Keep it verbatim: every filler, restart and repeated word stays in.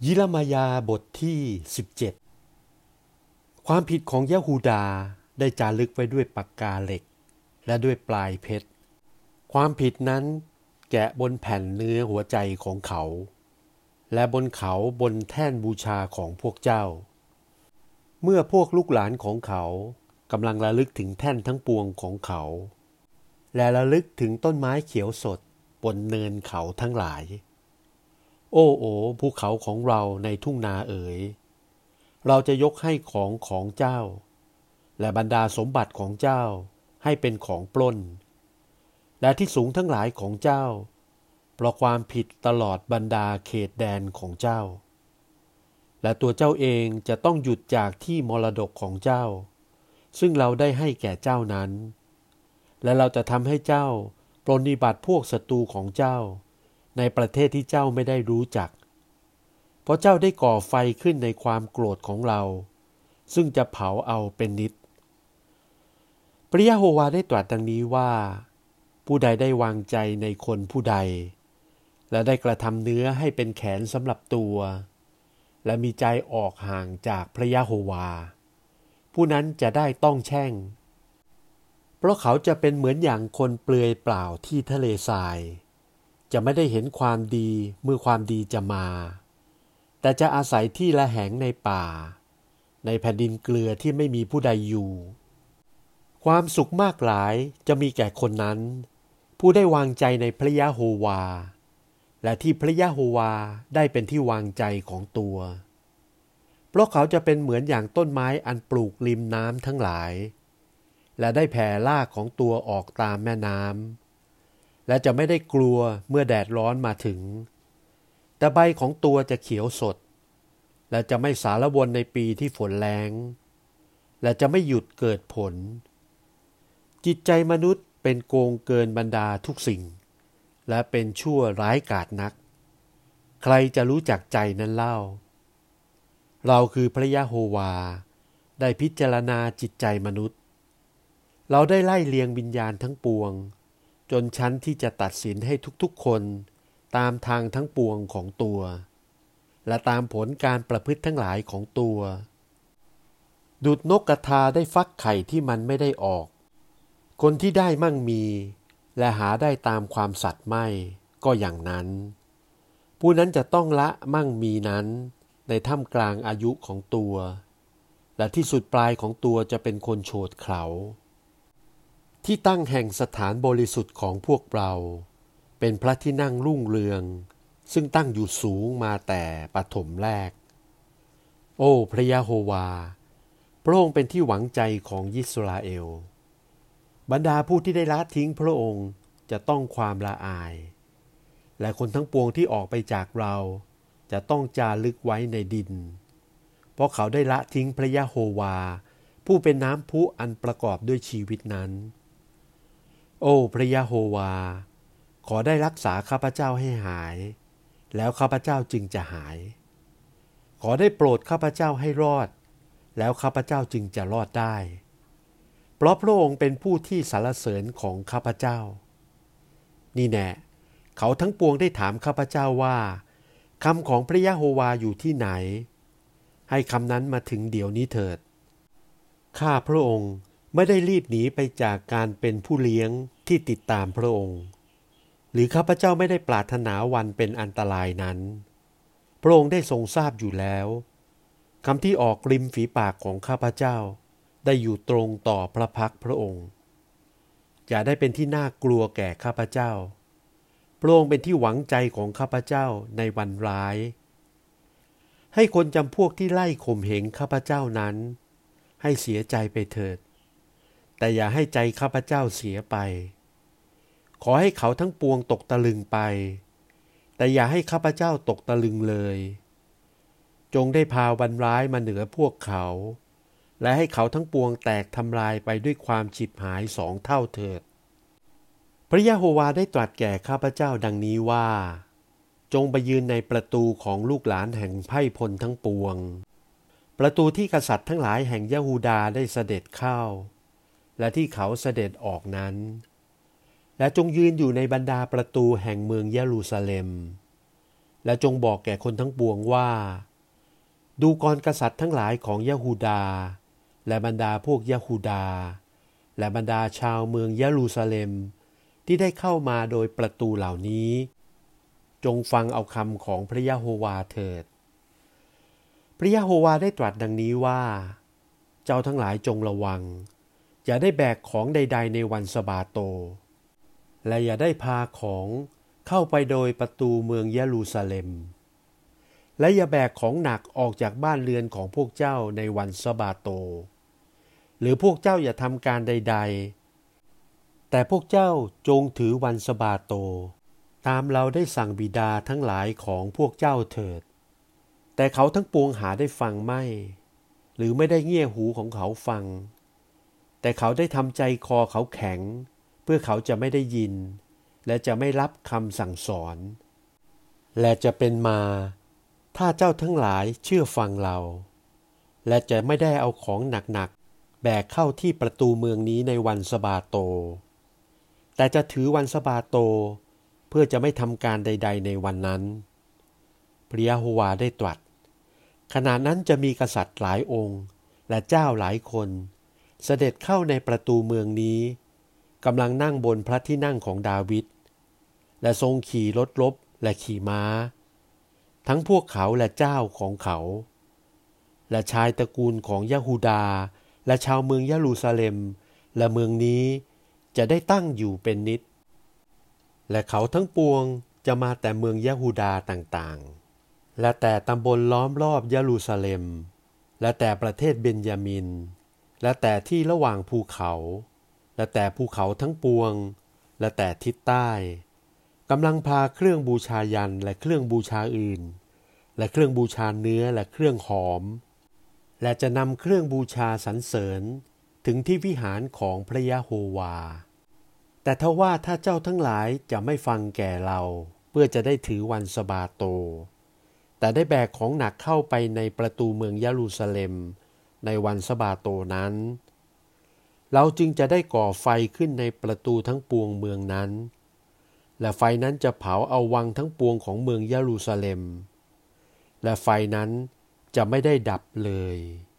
ยิรมยาบทที่สิบเจ็ดความผิดของยะฮูดาได้จารึกไว้ด้วยปากกาเหล็กและด้วยปลายเพชรความผิดนั้นแกะบนแผ่นเนื้อหัวใจของเขาและบนเขาบนแท่นบูชาของพวกเจ้าเมื่อพวกลูกหลานของเขากำลังระลึกถึงแท่นทั้งปวงของเขาและระลึกถึงต้นไม้เขียวสดบนเนินเขาทั้งหลายโอ้โอภูเขาของเราในทุ่งนาเอ๋ยเราจะยกให้ของของเจ้าและบรรดาสมบัติของเจ้าให้เป็นของปล้นและที่สูงทั้งหลายของเจ้าเพราะความผิดตลอดบรรดาเขตแดนของเจ้าและตัวเจ้าเองจะต้องหยุดจากที่มรดกของเจ้าซึ่งเราได้ให้แก่เจ้านั้นและเราจะทำให้เจ้าปรนนิบัติพวกศัตรูของเจ้าในประเทศที่เจ้าไม่ได้รู้จักเพราะเจ้าได้ก่อไฟขึ้นในความโกรธของเราซึ่งจะเผาเอาเป็นนิจพระยะโฮวาได้ตรัสดังนี้ว่าผู้ใดได้วางใจในคนผู้ใดและได้กระทำเนื้อให้เป็นแขนสำหรับตัวและมีใจออกห่างจากพระยะโฮวาผู้นั้นจะได้ต้องแช่งเพราะเขาจะเป็นเหมือนอย่างคนเปลือยเปล่าที่ทะเลทรายจะไม่ได้เห็นความดีเมื่อความดีจะมาแต่จะอาศัยที่ละแหงในป่าในแผ่นดินเกลือที่ไม่มีผู้ใดอยู่ความสุขมากหลายจะมีแก่คนนั้นผู้ได้วางใจในพระยะโฮวาและที่พระยะโฮวาได้เป็นที่วางใจของตัวเพราะเขาจะเป็นเหมือนอย่างต้นไม้อันปลูกริมน้ำทั้งหลายและได้แผ่รากของตัวออกตามแม่น้ำและจะไม่ได้กลัวเมื่อแดดร้อนมาถึงแต่ใบของตัวจะเขียวสดและจะไม่สารวนในปีที่ฝนแล้งและจะไม่หยุดเกิดผลจิตใจมนุษย์เป็นโกงเกินบรรดาทุกสิ่งและเป็นชั่วร้ายกาจนักใครจะรู้จักใจนั้นเล่าเราคือพระยะโฮวาได้พิจารณาจิตใจมนุษย์เราได้ไล่เลียงวิญญาณทั้งปวงจนชั้นที่จะตัดสินให้ทุกๆคนตามทางทั้งปวงของตัวและตามผลการประพฤติทั้งหลายของตัวดุจนกกระทาได้ฟักไข่ที่มันไม่ได้ออกคนที่ได้มั่งมีและหาได้ตามความสัตย์ไม่ก็อย่างนั้นผู้นั้นจะต้องละมั่งมีนั้นในท่ามกลางอายุของตัวและที่สุดปลายของตัวจะเป็นคนโฉดเขลาที่ตั้งแห่งสถานบริสุทธิ์ของพวกเราเป็นพระที่นั่งรุ่งเรืองซึ่งตั้งอยู่สูงมาแต่ปฐมแรกโอ้พระยะโฮวาพระองค์เป็นที่หวังใจของอิสราเอลบรรดาผู้ที่ได้ละทิ้งพระองค์จะต้องความละอายและคนทั้งปวงที่ออกไปจากเราจะต้องจารึกไว้ในดินเพราะเขาได้ละทิ้งพระยะโฮวาผู้เป็นน้ำพุอันประกอบด้วยชีวิตนั้นโอ้พระยะโฮวาขอได้รักษาข้าพเจ้าให้หายแล้วข้าพเจ้าจึงจะหายขอได้โปรดข้าพเจ้าให้รอดแล้วข้าพเจ้าจึงจะรอดได้เพราะพระองค์เป็นผู้ที่สรรเสริญของข้าพเจ้านี่แน่เขาทั้งปวงได้ถามข้าพเจ้าว่าคำของพระยะโฮวาอยู่ที่ไหนให้คำนั้นมาถึงเดี๋ยวนี้เถิดข้าพระองค์ไม่ได้รีบหนีไปจากการเป็นผู้เลี้ยงที่ติดตามพระองค์หรือข้าพเจ้าไม่ได้ปรารถนาวันเป็นอันตรายนั้นพระองค์ได้ทรงทราบอยู่แล้วคำที่ออกริมฝีปากของข้าพเจ้าได้อยู่ตรงต่อพระพักพระองค์อย่าได้เป็นที่น่ากลัวแก่ข้าพเจ้าพระองค์เป็นที่หวังใจของข้าพเจ้าในวันร้ายให้คนจำพวกที่ไล่ข่มเหงข้าพเจ้านั้นให้เสียใจไปเถิดแต่อย่าให้ใจข้าพเจ้าเสียไปขอให้เขาทั้งปวงตกตะลึงไปแต่อย่าให้ข้าพเจ้าตกตะลึงเลยจงได้พาวันร้ายมาเหนือพวกเขาและให้เขาทั้งปวงแตกทำลายไปด้วยความฉิบหายสองเท่าเถิดพระยะโฮวาได้ตรัสแก่ข้าพเจ้าดังนี้ว่าจงไปยืนในประตูของลูกหลานแห่งไพร่พลทั้งปวงประตูที่กษัตริย์ทั้งหลายแห่งยะฮูดาได้เสด็จเข้าและที่เขาเสด็จออกนั้นและจงยืนอยู่ในบรรดาประตูแห่งเมืองเยรูซาเล็มและจงบอกแก่คนทั้งปวงว่าดูกรกษัตริย์ทั้งหลายของยะฮูดาและบรรดาพวกยะฮูดาและบรรดาชาวเมืองเยรูซาเล็มที่ได้เข้ามาโดยประตูเหล่านี้จงฟังเอาคำของพระยะโฮวาเถิดพระยะโฮวาได้ตรัสดังนี้ว่าเจ้าทั้งหลายจงระวังอย่าได้แบกของใดๆในวันสะบาโตและอย่าได้พาของเข้าไปโดยประตูเมืองเยรูซาเล็มและอย่าแบกของหนักออกจากบ้านเรือนของพวกเจ้าในวันสะบาโตหรือพวกเจ้าอย่าทำการใดๆแต่พวกเจ้าจงถือวันสะบาโตตามเราได้สั่งบิดาทั้งหลายของพวกเจ้าเถิดแต่เขาทั้งปวงหาได้ฟังไม่หรือไม่ได้เงี่ยหูของเขาฟังแต่เขาได้ทำใจคอเขาแข็งเพื่อเขาจะไม่ได้ยินและจะไม่รับคำสั่งสอนและจะเป็นมาถ้าเจ้าทั้งหลายเชื่อฟังเราและจะไม่ได้เอาของหนักๆแบกเข้าที่ประตูเมืองนี้ในวันสะบาโตแต่จะถือวันสะบาโตเพื่อจะไม่ทำการใดๆในวันนั้นพระยะโฮวาได้ตรัสขณะนั้นจะมีกษัตริย์หลายองค์และเจ้าหลายคนเสด็จเข้าในประตูเมืองนี้กำลังนั่งบนพระที่นั่งของดาวิดและทรงขี่รถรบและขี่ม้าทั้งพวกเขาและเจ้าของเขาและชายตระกูลของยะฮูดาและชาวเมืองเยรูซาเล็มและเมืองนี้จะได้ตั้งอยู่เป็นนิจและเขาทั้งปวงจะมาแต่เมืองยะฮูดาต่างๆและแต่ตำบลล้อมรอบเยรูซาเล็มและแต่ประเทศเบนยามินและแต่ที่ระหว่างภูเขาและแต่ภูเขาทั้งปวงและแต่ทิศใต้กำลังพาเครื่องบูชายัญและเครื่องบูชาอื่นและเครื่องบูชาเนื้อและเครื่องหอมและจะนำเครื่องบูชาสรรเสริญถึงที่วิหารของพระยะโฮวาแต่ทว่าถ้าเจ้าทั้งหลายจะไม่ฟังแก่เราเพื่อจะได้ถือวันสะบาโตแต่ได้แบกของหนักเข้าไปในประตูเมืองเยรูซาเล็มในวันสะบาโตนั้นเราจึงจะได้ก่อไฟขึ้นในประตูทั้งปวงเมืองนั้นและไฟนั้นจะเผาเอาวังทั้งปวงของเมืองเยรูซาเล็มและไฟนั้นจะไม่ได้ดับเลย